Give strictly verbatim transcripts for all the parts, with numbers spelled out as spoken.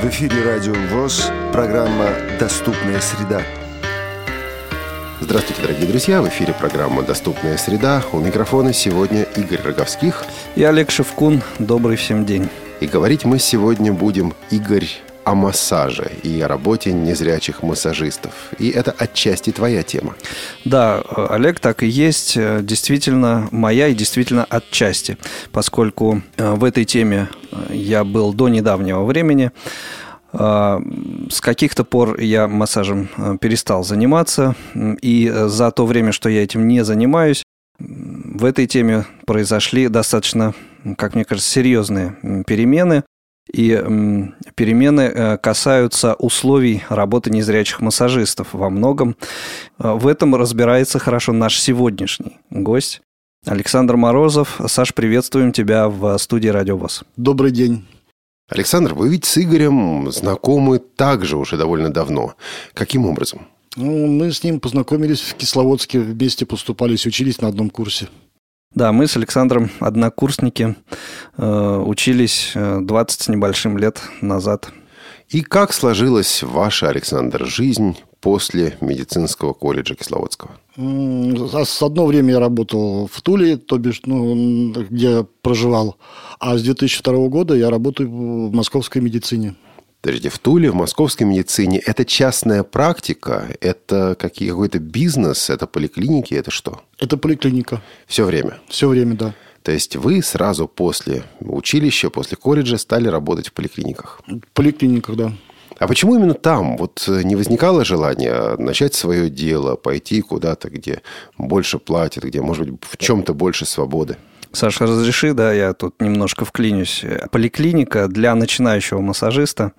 В эфире Радио ВОС, программа «Доступная среда». Здравствуйте, дорогие друзья! В эфире программа «Доступная среда». У микрофона сегодня Игорь Роговских и Олег Шевкун. Добрый всем день. И говорить мы сегодня будем, Игорь, о массаже и о работе незрячих массажистов. И это отчасти твоя тема. Да, Олег, так и есть. Действительно моя и действительно отчасти. Поскольку в этой теме я был до недавнего времени. С каких-то пор я массажем перестал заниматься. И за то время, что я этим не занимаюсь, в этой теме произошли достаточно, как мне кажется, серьезные перемены. И перемены касаются условий работы незрячих массажистов во многом. В этом разбирается хорошо наш сегодняшний гость Александр Морозов. Саш, приветствуем тебя в студии Радио ВОС. Добрый день. Александр, вы ведь с Игорем знакомы также уже довольно давно. Каким образом? Ну, мы с ним познакомились в Кисловодске, вместе поступались, учились на одном курсе. Да, мы с Александром однокурсники, э, учились двадцать с небольшим лет назад. И как сложилась ваша, Александр, жизнь после медицинского колледжа Кисловодского? С одно время я работал в Туле, то бишь, ну, где я проживал, а с две тысячи второго года я работаю в московской медицине. Подождите, в Туле, в московской медицине, это частная практика, это какие, какой-то бизнес, это поликлиники, это что? Это поликлиника. Все время? Все время, да. То есть вы сразу после училища, после колледжа стали работать в поликлиниках? В поликлиниках, да. А почему именно там? Вот не возникало желания начать свое дело, пойти куда-то, где больше платят, где, может быть, в чем-то больше свободы? Саша, разреши, да, я тут немножко вклинюсь. Поликлиника для начинающего массажиста,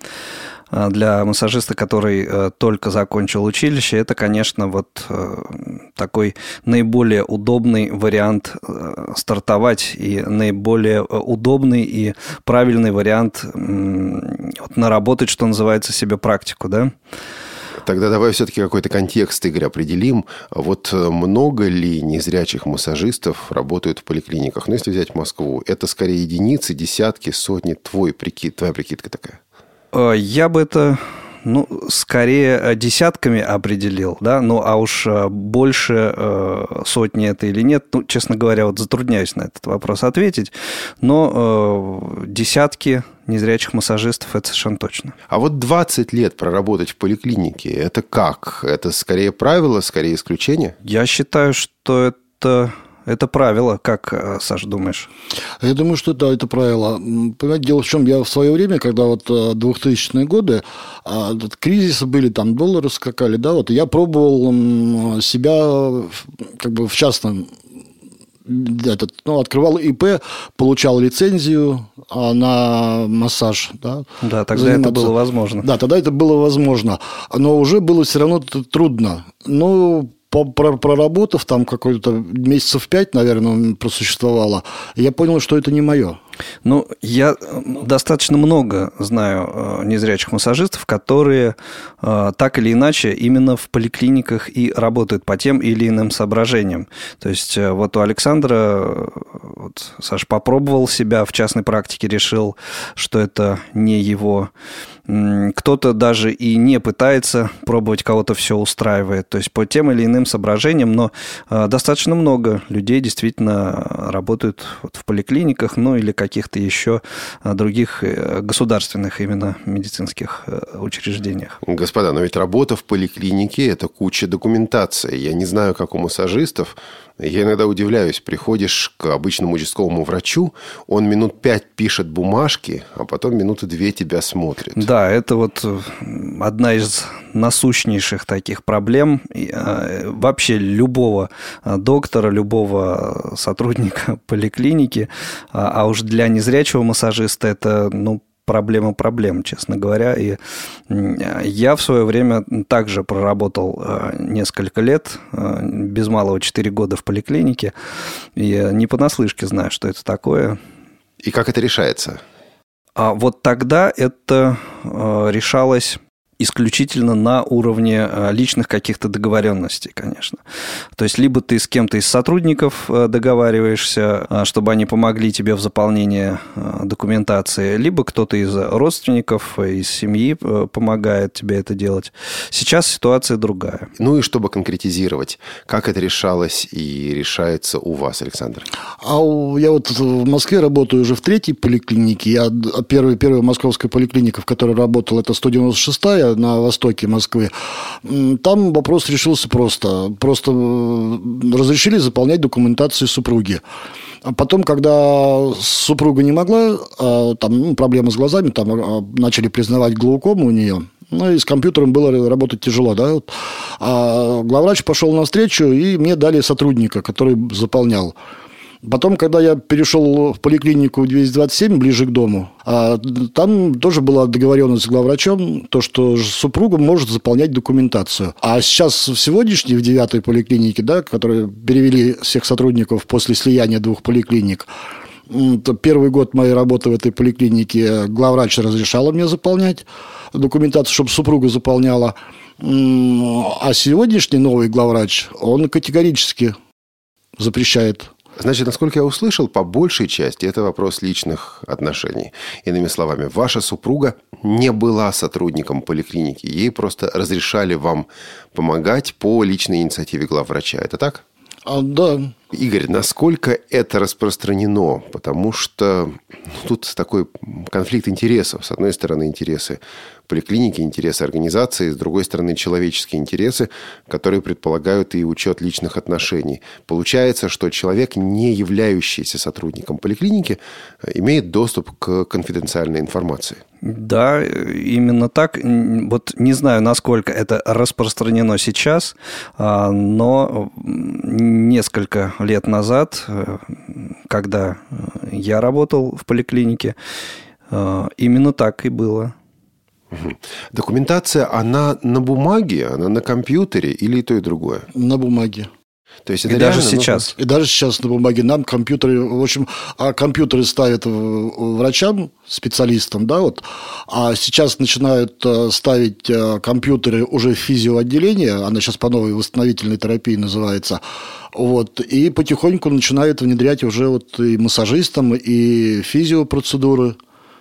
для массажиста, который только закончил училище, это, конечно, вот такой наиболее удобный вариант стартовать и наиболее удобный и правильный вариант наработать, что называется, себе практику, да? Тогда давай все-таки какой-то контекст, Игорь, определим. Вот много ли незрячих массажистов работают в поликлиниках? Ну, если взять Москву, это скорее единицы, десятки, сотни. Твой прикид, твоя прикидка такая? Я бы это... Ну, скорее десятками определил, да, ну, а уж больше э, сотни это или нет, ну, честно говоря, вот затрудняюсь на этот вопрос ответить, но э, десятки незрячих массажистов это совершенно точно. А вот двадцать лет проработать в поликлинике, это как? Это скорее правило, скорее исключение? Я считаю, что это... Это правило, как, Саш, думаешь? Я думаю, что да, это правило. Понимаете, дело в чем, я в свое время, когда вот двухтысячные годы, кризисы были, там доллары скакали, да, вот я пробовал себя как бы в частном, этот, ну, открывал ИП, получал лицензию на массаж. Да, да, тогда заниматься. Это было возможно. Да, тогда это было возможно, но уже было все равно трудно. Ну, проработав там какой-то месяцев пять, наверное, просуществовало, я понял, что это не мое. Ну, я достаточно много знаю незрячих массажистов, которые так или иначе именно в поликлиниках и работают по тем или иным соображениям. То есть, вот у Александра, вот, Саш, попробовал себя в частной практике, решил, что это не его. Кто-то даже и не пытается пробовать, кого-то все устраивает. То есть, по тем или иным соображениям, но достаточно много людей действительно работают вот в поликлиниках, ну, или как каких-то еще других государственных именно медицинских учреждениях. Господа, но ведь работа в поликлинике – это куча документации. Я не знаю, как у массажистов. Я иногда удивляюсь. Приходишь к обычному участковому врачу, он минут пять пишет бумажки, а потом минуты две тебя смотрит. Да, это вот одна из насущнейших таких проблем вообще любого доктора, любого сотрудника поликлиники, а уж для незрячего массажиста это, ну, проблема проблем, честно говоря. И я в свое время также проработал несколько лет, без малого четыре года в поликлинике, и не понаслышке знаю, что это такое. И как это решается? А вот тогда это решалось исключительно на уровне личных каких-то договоренностей, конечно. То есть, либо ты с кем-то из сотрудников договариваешься, чтобы они помогли тебе в заполнении документации, либо кто-то из родственников, из семьи помогает тебе это делать. Сейчас ситуация другая. Ну и чтобы конкретизировать, как это решалось и решается у вас, Александр? А я вот в Москве работаю уже в третьей поликлинике. Я первая, первая московская поликлиника, в которой работал, это сто девяносто шестая на востоке Москвы. Там вопрос решился просто. Просто разрешили заполнять документацию супруги. А потом, когда супруга не могла, там ну, проблемы с глазами, там начали признавать глаукому у нее. Ну, и с компьютером было работать тяжело, да. Вот. А главврач пошел навстречу, и мне дали сотрудника, который заполнял. Потом, когда я перешел в поликлинику двести двадцать семь, ближе к дому, там тоже была договоренность с главврачом, то, что супруга может заполнять документацию. А сейчас в сегодняшней, в девятой поликлинике, да, которые перевели всех сотрудников после слияния двух поликлиник, первый год моей работы в этой поликлинике главврач разрешала мне заполнять документацию, чтобы супруга заполняла. А сегодняшний новый главврач, он категорически запрещает. Значит, насколько я услышал, по большей части это вопрос личных отношений. Иными словами, ваша супруга не была сотрудником поликлиники. Ей просто разрешали вам помогать по личной инициативе главврача. Это так? А, да. Игорь, насколько это распространено? Потому что тут такой конфликт интересов. С одной стороны, интересы поликлиники, интересы организации, с другой стороны, человеческие интересы, которые предполагают и учет личных отношений. Получается, что человек, не являющийся сотрудником поликлиники, имеет доступ к конфиденциальной информации. Да, именно так. Вот не знаю, насколько это распространено сейчас, но несколько лет назад, когда я работал в поликлинике, именно так и было. Документация, она на бумаге, она на компьютере или и то, и другое? На бумаге. То есть это и даже сейчас. И даже сейчас на бумаге. Нам компьютеры, в общем, а компьютеры ставят врачам, специалистам, да, вот. А сейчас начинают ставить компьютеры уже в физиоотделение, она сейчас по новой восстановительной терапии называется, вот, и потихоньку начинают внедрять уже вот и массажистам, и физиопроцедуры.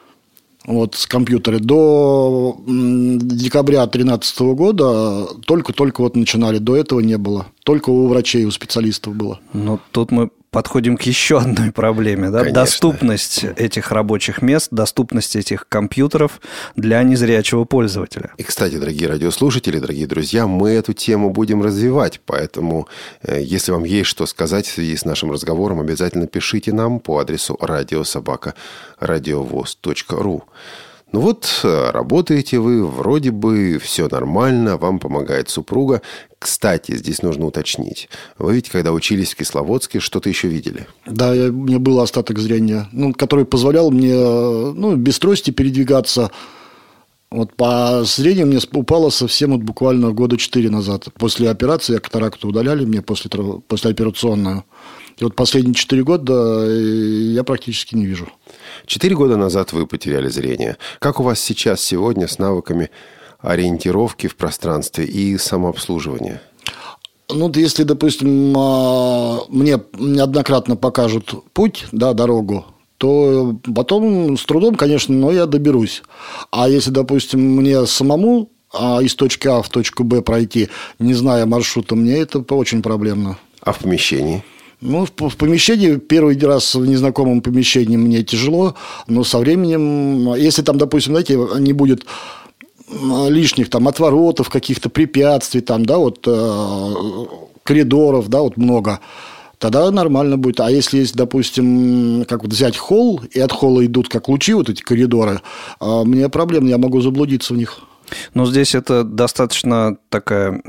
Вот, с компьютера. До декабря две тысячи тринадцатого года только-только вот начинали. До этого не было. Только у врачей, у специалистов было. Ну, тут мы подходим к еще одной проблеме. Да? Доступность этих рабочих мест, доступность этих компьютеров для незрячего пользователя. И, кстати, дорогие радиослушатели, дорогие друзья, мы эту тему будем развивать. Поэтому, если вам есть что сказать в связи с нашим разговором, обязательно пишите нам по адресу радиособака радиовоз точка ру. Ну вот, работаете вы, вроде бы все нормально, вам помогает супруга. Кстати, здесь нужно уточнить. Вы ведь, когда учились в Кисловодске, что-то еще видели? Да, я, у меня был остаток зрения, ну, который позволял мне ну, без трости передвигаться. Вот по зрению мне упало совсем вот буквально года четыре назад. После операции, катаракту удаляли мне после, послеоперационную. И вот последние четыре года я практически не вижу. Четыре года назад вы потеряли зрение. Как у вас сейчас, сегодня, с навыками ориентировки в пространстве и самообслуживания? Ну, если, допустим, мне неоднократно покажут путь, да, дорогу, то потом с трудом, конечно, но я доберусь. А если, допустим, мне самому из точки А в точку Б пройти, не зная маршрута, мне это очень проблемно. А в помещении? Ну, в, в помещении, первый раз в незнакомом помещении мне тяжело, но со временем, если там, допустим, знаете, не будет лишних там отворотов, каких-то препятствий, там, да, вот э, коридоров, да, вот много, тогда нормально будет. А если есть, допустим, как вот взять холл, и от холла идут как лучи, вот эти коридоры, э, мне проблемно, я могу заблудиться в них. Но здесь это достаточно такая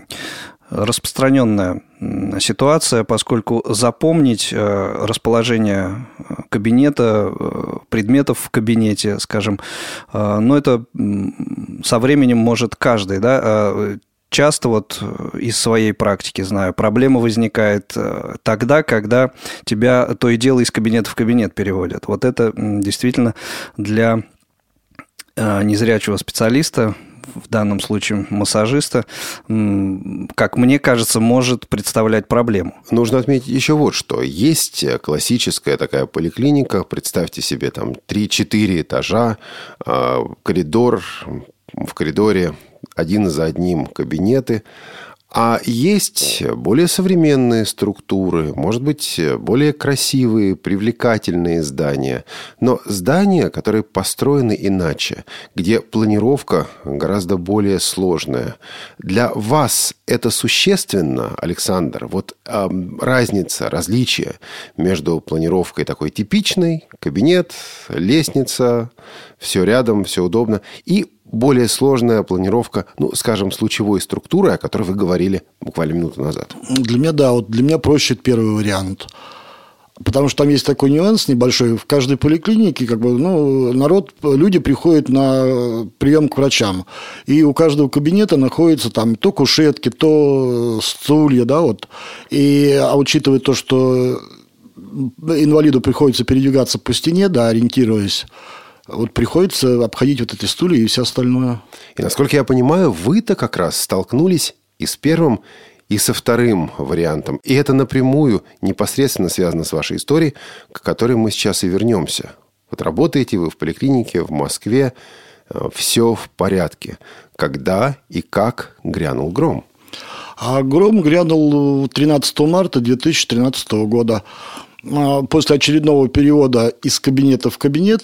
распространенная ситуация, поскольку запомнить расположение кабинета, предметов в кабинете, скажем, ну, это со временем может каждый, да. Часто вот из своей практики знаю, проблема возникает тогда, когда тебя то и дело из кабинета в кабинет переводят. Вот это действительно для незрячего специалиста в данном случае массажиста, как мне кажется, может представлять проблему. Нужно отметить еще вот что. Есть классическая такая поликлиника, представьте себе, там три-четыре этажа, коридор, в коридоре один за одним кабинеты. А есть более современные структуры, может быть, более красивые, привлекательные здания. Но здания, которые построены иначе, где планировка гораздо более сложная. Для вас это существенно, Александр? Вот э, разница, различие между планировкой такой типичной, кабинет, лестница, все рядом, все удобно, и более сложная планировка, ну, скажем, с лучевой структурой, о которой вы говорили буквально минуту назад. Для меня, да, вот для меня проще первый вариант. Потому что там есть такой нюанс небольшой. В каждой поликлинике как бы, ну, народ, люди приходят на прием к врачам. И у каждого кабинета находятся там то кушетки, то стулья, да, вот. И, а учитывая то, что инвалиду приходится передвигаться по стене, да, ориентируясь, вот приходится обходить вот эти стулья и все остальное. И, насколько я понимаю, вы-то как раз столкнулись и с первым, и со вторым вариантом. И это напрямую непосредственно связано с вашей историей, к которой мы сейчас и вернемся. Вот работаете вы в поликлинике в Москве, все в порядке. Когда и как грянул гром? А гром грянул тринадцатого марта две тысячи тринадцатого года. После очередного перевода из кабинета в кабинет,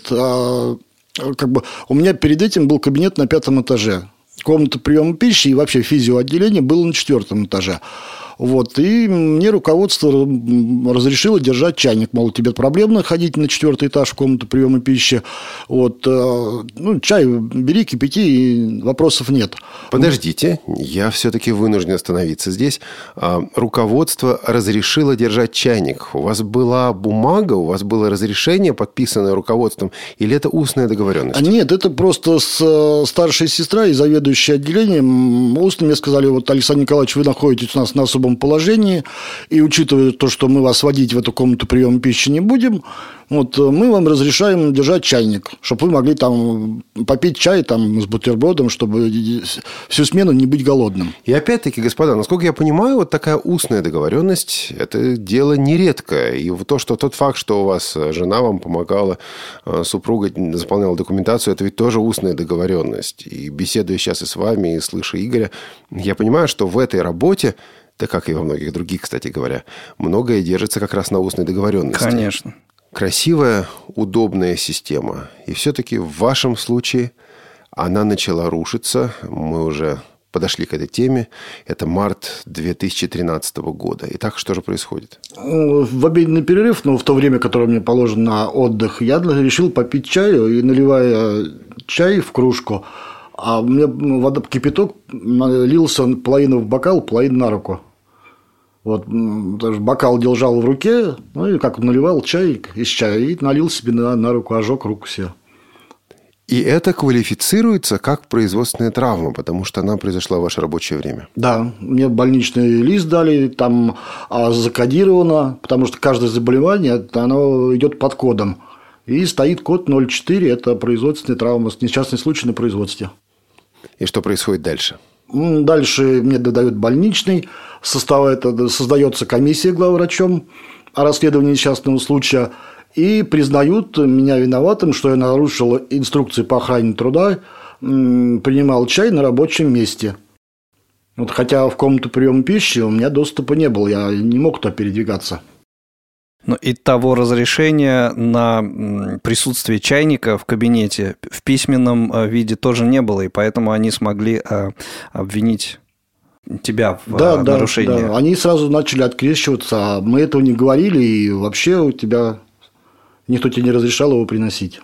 как бы у меня перед этим был кабинет на пятом этаже. Комната приема пищи и вообще физиоотделение было на четвертом этаже. Вот, и мне руководство разрешило держать чайник. Мол, тебе проблемно ходить на четвертый этаж в комнату приема пищи. Вот, ну, чай бери, кипяти, и вопросов нет. Подождите, я все-таки вынужден остановиться здесь. Руководство разрешило держать чайник. У вас была бумага, у вас было разрешение, подписанное руководством, или это устная договоренность? Нет, это просто с старшая сестра и заведующая отделением устно мне сказали: вот, Александр Николаевич, вы находитесь у нас на особом положении, и учитывая то, что мы вас водить в эту комнату приема пищи не будем, вот, мы вам разрешаем держать чайник, чтобы вы могли там попить чай там, с бутербродом, чтобы всю смену не быть голодным. И опять-таки, господа, насколько я понимаю, вот такая устная договоренность – это дело нередкое. И то, что тот факт, что у вас жена вам помогала, супруга заполняла документацию, это ведь тоже устная договоренность. И беседуя сейчас и с вами, и слыша Игоря, я понимаю, что в этой работе, да как и во многих других, кстати говоря, многое держится как раз на устной договоренности. Конечно. Красивая, удобная система. И все-таки в вашем случае она начала рушиться. Мы уже подошли к этой теме. Это март две тысячи тринадцатого года. Итак, что же происходит? В обеденный перерыв, ну, в то время, которое мне положено на отдых, я решил попить чаю. И, наливая чай в кружку, а мне вода, кипяток лился половину в бокал, половину на руку. Вот, даже бокал держал в руке, ну, и как наливал чай из чая, и налил себе на, на руку, ожег руку себе. И это квалифицируется как производственная травма, потому что она произошла в ваше рабочее время. Да, мне больничный лист дали, там а, закодировано, потому что каждое заболевание, оно идет под кодом. И стоит код ноль четыре, это производственная травма, несчастный случай на производстве. И что происходит дальше? Дальше мне додают больничный, создается комиссия главврачом о расследовании несчастного случая, и признают меня виноватым, что я нарушил инструкции по охране труда, принимал чай на рабочем месте. Вот, хотя в комнату приема пищи у меня доступа не было, я не мог туда передвигаться. Но и того разрешения на присутствие чайника в кабинете в письменном виде тоже не было, и поэтому они смогли обвинить тебя в да, нарушении. Да, да. Они сразу начали открещиваться, а мы этого не говорили, и вообще у тебя никто тебе не разрешал его приносить.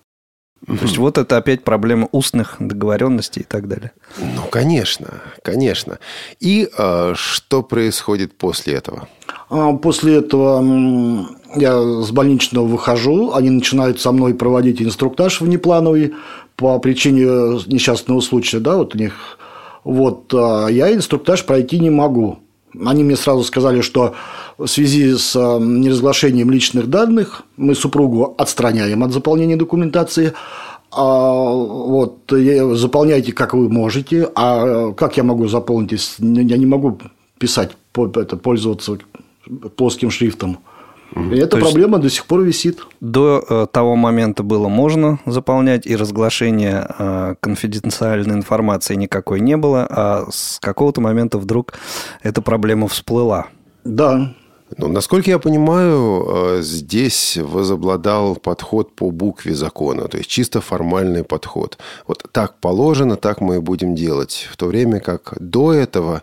То есть, вот это опять проблема устных договоренностей и так далее. Ну, конечно, конечно. И э, что происходит после этого? После этого я с больничного выхожу, они начинают со мной проводить инструктаж внеплановый по причине несчастного случая, да, вот у них. Вот, я инструктаж пройти не могу. Они мне сразу сказали, что в связи с неразглашением личных данных мы супругу отстраняем от заполнения документации, А, вот, заполняйте, как вы можете. А как я могу заполнить, если я не могу писать, это, пользоваться плоским шрифтом? И эта То проблема до сих пор висит. До э, того момента было можно заполнять, и разглашения э, конфиденциальной информации никакой не было, а с какого-то момента вдруг эта проблема всплыла. Да. Ну, насколько я понимаю, здесь возобладал подход по букве закона, то есть чисто формальный подход. Вот так положено, так мы и будем делать. В то время как до этого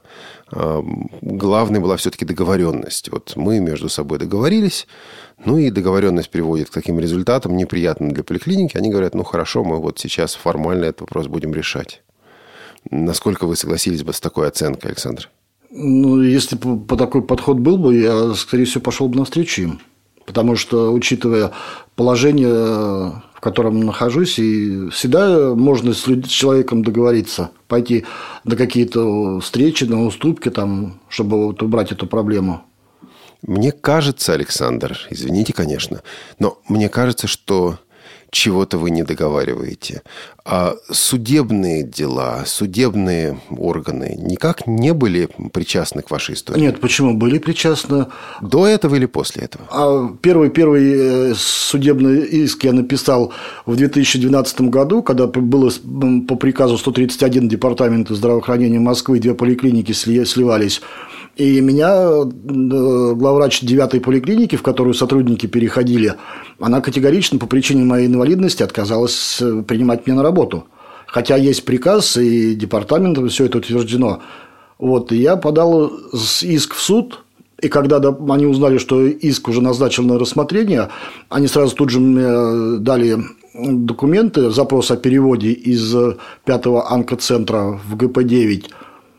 главной была все-таки договоренность. Вот мы между собой договорились, ну и договоренность приводит к таким результатам, неприятным для поликлиники. Они говорят, ну хорошо, мы вот сейчас формально этот вопрос будем решать. Насколько вы согласились бы с такой оценкой, Александр? Ну, если бы по такой подход был бы, я, скорее всего, пошел бы навстречу им. Потому что, учитывая положение, в котором нахожусь, и всегда можно с человеком договориться, пойти на какие-то встречи, на уступки, там, чтобы вот убрать эту проблему. Мне кажется, Александр, извините, конечно, но мне кажется, что чего-то вы не договариваете. А судебные дела, судебные органы никак не были причастны к вашей истории? Нет, почему? Были причастны. До этого или после этого? А первый, первый судебный иск я написал в две тысячи двенадцатом году, когда было по приказу сто тридцать один Департамента здравоохранения Москвы, две поликлиники сливались. И меня главврач девятой поликлиники, в которую сотрудники переходили, она категорично по причине моей инвалидности отказалась принимать меня на работу. Хотя есть приказ, и департаментом все это утверждено. Вот, и я подал иск в суд, и когда они узнали, что иск уже назначен на рассмотрение, они сразу тут же мне дали документы, запрос о переводе из пятого онкоцентра в гэ пэ девять.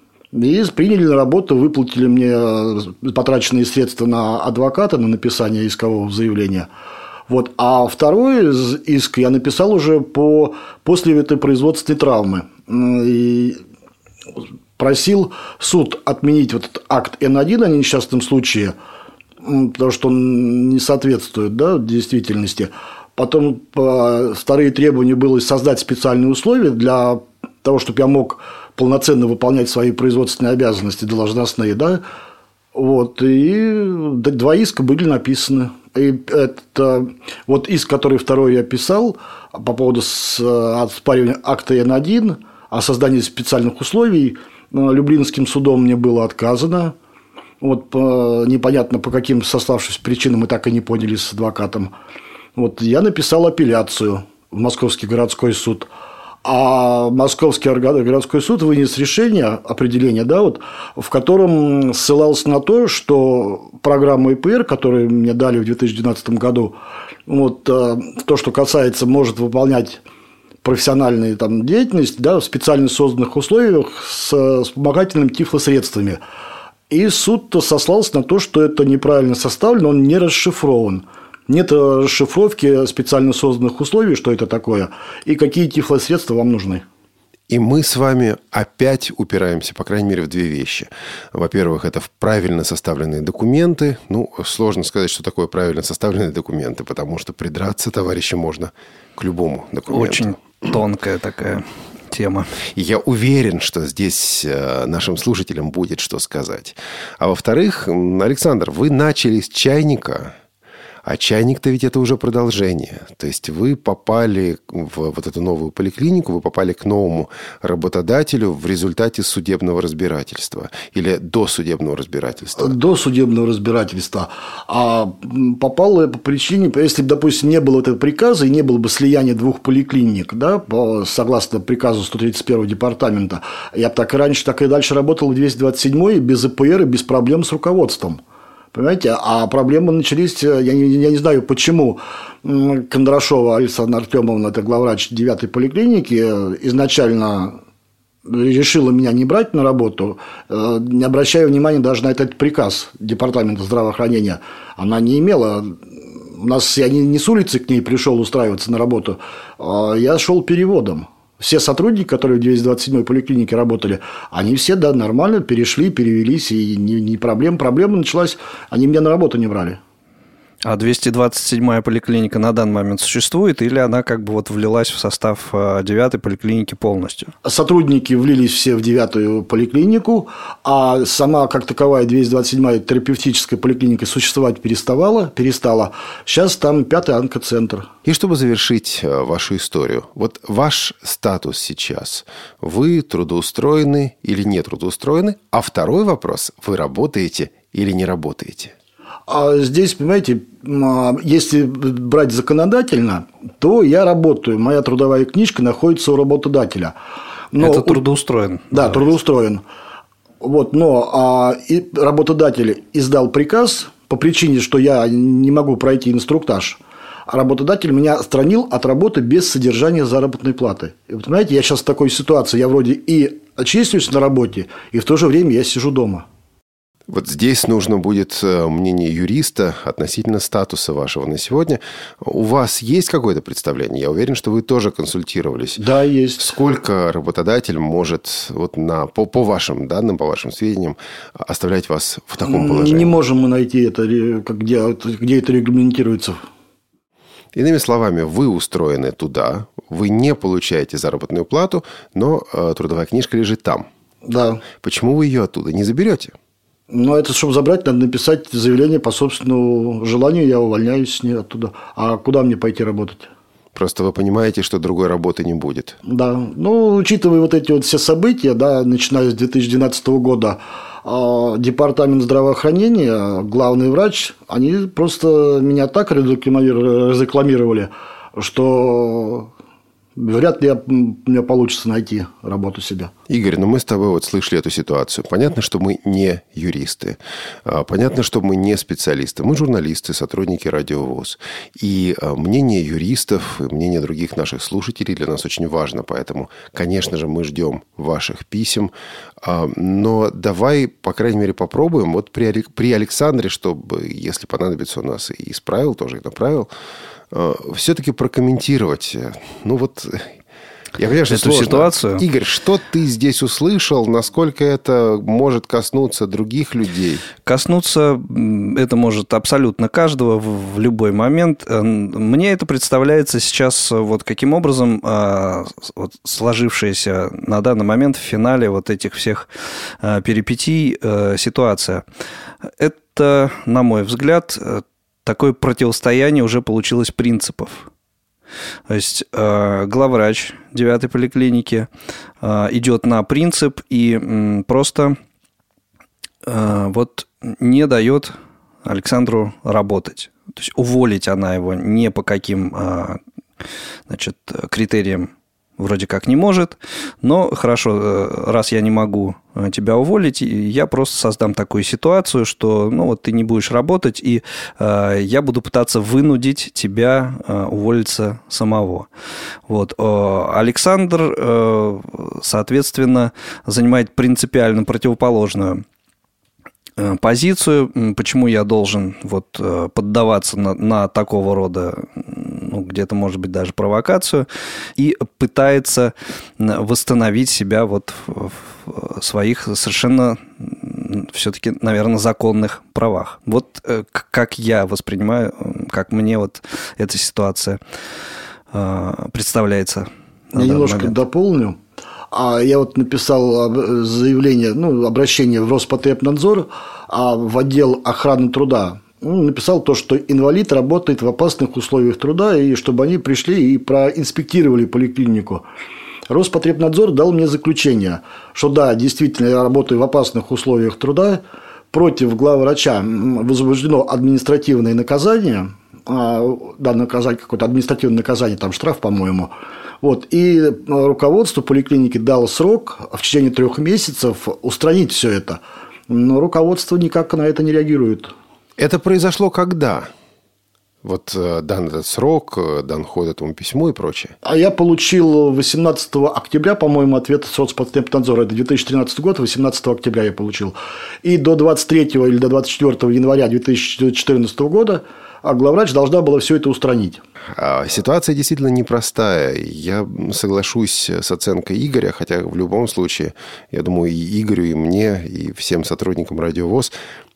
И приняли на работу, выплатили мне потраченные средства на адвоката, на написание искового заявления. Вот. А второй иск я написал уже по, после этой производственной травмы. И просил суд отменить вот этот акт эн один о несчастном случае, потому что он не соответствует, да, действительности. Потом вторые требования было создать специальные условия для того, чтобы я мог полноценно выполнять свои производственные обязанности должностные, да, вот, и два иска были написаны. И это вот иск, который второй я писал по поводу оспаривания акта эн один о создании специальных условий, Люблинским судом мне было отказано. Вот, по, непонятно по каким сославшимся причинам, мы так и не поняли с адвокатом. Вот, я написал апелляцию в Московский городской суд. А Московский городской суд вынес решение, определение, да, вот, в котором ссылался на то, что программа и пэ эр, которую мне дали в две тысячи двенадцатом году, вот, то, что касается, может выполнять профессиональную там, деятельность, да, в специально созданных условиях с вспомогательными тифлосредствами. И суд сослался на то, что это неправильно составлено, он не расшифрован. Нет расшифровки специально созданных условий, что это такое, и какие тифлосредства вам нужны. И мы с вами опять упираемся, по крайней мере, в две вещи. Во-первых, это в правильно составленные документы. Ну, сложно сказать, что такое правильно составленные документы, потому что придраться, товарищи, можно к любому документу. Очень тонкая такая тема. И я уверен, что здесь нашим слушателям будет что сказать. А во-вторых, Александр, вы начали с чайника. А чайник-то ведь это уже продолжение. То есть вы попали в вот эту новую поликлинику, вы попали к новому работодателю в результате судебного разбирательства или до судебного разбирательства? До судебного разбирательства. А попал по причине, если бы, допустим, не было этого приказа и не было бы слияния двух поликлиник, да, по, согласно приказу сто тридцать первого департамента, я бы так и раньше, так и дальше работал в двести двадцать седьмой без и пэ эр и без проблем с руководством. Понимаете? А проблемы начались, я не, я не знаю, почему Кондрашова Александра Артемовна, это главврач девятой поликлиники, изначально решила меня не брать на работу, не обращая внимания даже на этот приказ Департамента здравоохранения. Она не имела... У нас, я не, не с улицы к ней пришел устраиваться на работу, я шел переводом. Все сотрудники, которые в двести двадцать седьмой поликлинике работали, они все, да, нормально перешли, перевелись, и не, не проблем. Проблема началась, они меня на работу не брали. А двести двадцать седьмая поликлиника на данный момент существует, или она как бы вот влилась в состав девятой поликлиники полностью? Сотрудники влились все в девятую поликлинику, а сама как таковая двести двадцать седьмая терапевтическая поликлиника существовать переставала, перестала. Сейчас там пятый онкоцентр. И чтобы завершить вашу историю, вот ваш статус сейчас. Вы трудоустроены или не трудоустроены? А второй вопрос, вы работаете или не работаете? А здесь, понимаете, если брать законодательно, то я работаю. Моя трудовая книжка находится у работодателя. Но это трудоустроен. Да, давайте. трудоустроен. Вот, но а, и работодатель издал приказ по причине, что я не могу пройти инструктаж. А работодатель меня отстранил от работы без содержания заработной платы. И вот, понимаете, я сейчас в такой ситуации. Я вроде и числюсь на работе, и в то же время я сижу дома. Вот здесь нужно будет мнение юриста относительно статуса вашего на сегодня. У вас есть какое-то представление? Я уверен, что вы тоже консультировались. Да, есть. Сколько работодатель может, вот на, по, по вашим данным, по вашим сведениям, оставлять вас в таком положении? Не можем мы найти это, где, где это регламентируется. Иными словами, вы устроены туда, вы не получаете заработную плату, но трудовая книжка лежит там. Да. Почему вы ее оттуда не заберете? Но это, чтобы забрать, надо написать заявление по собственному желанию, я увольняюсь с ней оттуда. А куда мне пойти работать? Просто вы понимаете, что другой работы не будет. Да. Ну, учитывая вот эти вот все события, да, начиная с две тысячи двенадцатого года, департамент здравоохранения, главный врач, они просто меня так разрекламировали, что... Вряд ли у меня получится найти работу себе. Игорь, ну мы с тобой вот слышали эту ситуацию. Понятно, что мы не юристы. Понятно, что мы не специалисты. Мы журналисты, сотрудники Радио ВОС. И мнение юристов, и мнение других наших слушателей для нас очень важно. Поэтому, конечно же, мы ждем ваших писем. Но давай, по крайней мере, попробуем. Вот при, при Александре, чтобы, если понадобится, у нас и исправил, тоже и направил, все-таки прокомментировать. Ну вот, я понимаю, что эту сложно. Ситуацию. Игорь, что ты здесь услышал? Насколько это может коснуться других людей? Коснуться это может абсолютно каждого в любой момент. Мне это представляется сейчас вот каким образом вот сложившаяся на данный момент в финале вот этих всех перипетий ситуация. Это, на мой взгляд, такое противостояние уже получилось принципов. То есть э, главврач девятой поликлиники э, идет на принцип и м, просто э, вот не дает Александру работать. То есть уволить она его ни по каким э, значит, критериям вроде как не может, но хорошо, раз я не могу тебя уволить, я просто создам такую ситуацию, что ну, вот ты не будешь работать, и э, я буду пытаться вынудить тебя э, уволиться самого. Вот. Александр, э, соответственно, занимает принципиально противоположную позицию, почему я должен вот поддаваться на, на такого рода, ну, где-то, может быть, даже провокацию, и пытается восстановить себя вот в, в своих совершенно все-таки, наверное, законных правах. Вот как я воспринимаю, как мне вот эта ситуация представляется. Я немножко момент. дополню. А я вот написал заявление, ну, обращение в Роспотребнадзор, а в отдел охраны труда. Ну, написал то, что инвалид работает в опасных условиях труда, и чтобы они пришли и проинспектировали поликлинику. Роспотребнадзор дал мне заключение, что да, действительно, я работаю в опасных условиях труда, против главврача возбуждено административное наказание, да, наказание, какое-то административное наказание, там штраф, по-моему. Вот, и руководство поликлиники дало срок в течение трех месяцев устранить все это. Но руководство никак на это не реагирует. Это произошло когда? Вот дан этот срок, дан ход этому письму и прочее. А я получил восемнадцатого октября, по-моему, ответ с Роспотребнадзора. Это две тысячи тринадцатый год, восемнадцатого октября я получил. И до двадцать третьего или до двадцать четвёртого января две тысячи четырнадцатого года главврач должна была все это устранить. Ситуация действительно непростая. Я соглашусь с оценкой Игоря, хотя в любом случае, я думаю, и Игорю, и мне, и всем сотрудникам Радио ВОС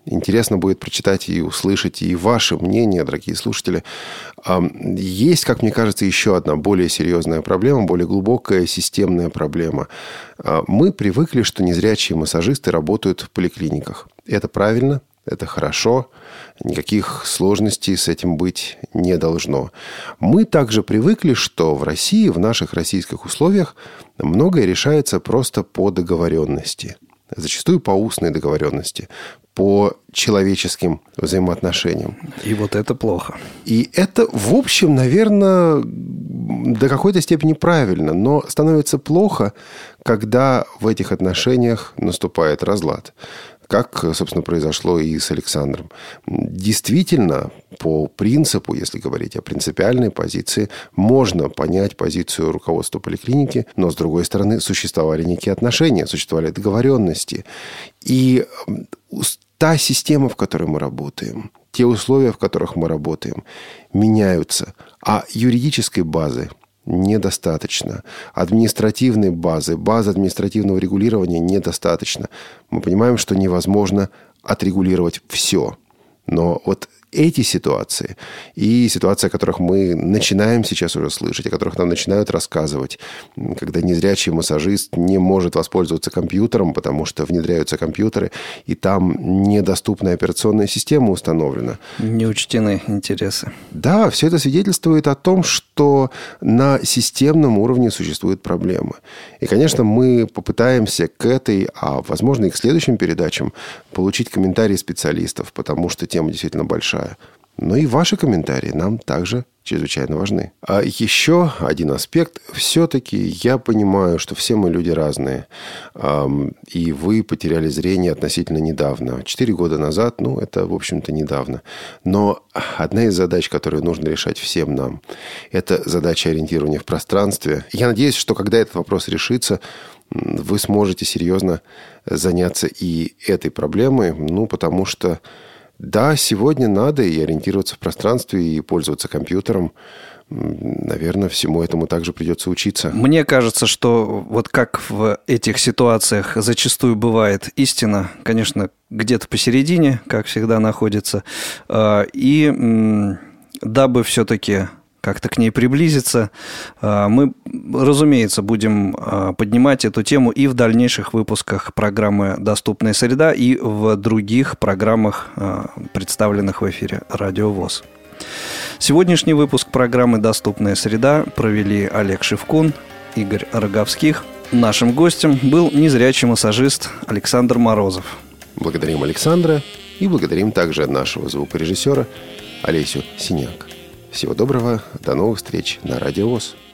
Интересно будет прочитать и услышать и ваше мнение, дорогие слушатели. Есть, как мне кажется, еще одна более серьезная проблема, более глубокая системная проблема. Мы привыкли, что незрячие массажисты работают в поликлиниках. Это правильно, это хорошо, никаких сложностей с этим быть не должно. Мы также привыкли, что в России, в наших российских условиях, многое решается просто по договоренности. Зачастую по устной договоренности, по человеческим взаимоотношениям. И вот это плохо. И это, в общем, наверное, до какой-то степени правильно, но становится плохо, когда в этих отношениях наступает разлад. Как, собственно, произошло и с Александром. Действительно, по принципу, если говорить о принципиальной позиции, можно понять позицию руководства поликлиники, но, с другой стороны, существовали некие отношения, существовали договоренности. И та система, в которой мы работаем, те условия, в которых мы работаем, меняются. А юридической базы недостаточно. Административной базы, базы административного регулирования недостаточно. Мы понимаем, что невозможно отрегулировать все. Но вот эти ситуации и ситуации, о которых мы начинаем сейчас уже слышать, о которых нам начинают рассказывать, когда незрячий массажист не может воспользоваться компьютером, потому что внедряются компьютеры, и там недоступная операционная система установлена. Не учтены интересы. Да, все это свидетельствует о том, что на системном уровне существуют проблемы. И, конечно, мы попытаемся к этой, а, возможно, и к следующим передачам получить комментарии специалистов, потому что тема действительно большая. Но и ваши комментарии нам также чрезвычайно важны. А еще один аспект. Все-таки я понимаю, что все мы люди разные. И вы потеряли зрение относительно недавно. Четыре года назад, ну, это, в общем-то, недавно. Но одна из задач, которую нужно решать всем нам, это задача ориентирования в пространстве. Я надеюсь, что когда этот вопрос решится, вы сможете серьезно заняться и этой проблемой. Ну, потому что да, сегодня надо и ориентироваться в пространстве, и пользоваться компьютером. Наверное, всему этому также придется учиться. Мне кажется, что вот как в этих ситуациях зачастую бывает истина, конечно, где-то посередине, как всегда, находится. И дабы все-таки как-то к ней приблизиться, мы, разумеется, будем поднимать эту тему и в дальнейших выпусках программы «Доступная среда», и в других программах, представленных в эфире «Радио ВОС». Сегодняшний выпуск программы «Доступная среда» провели Олег Шевкун, Игорь Роговских. Нашим гостем был незрячий массажист Александр Морозов. Благодарим Александра и благодарим также нашего звукорежиссера Олесю Синяк. Всего доброго, до новых встреч на Радио ВОС.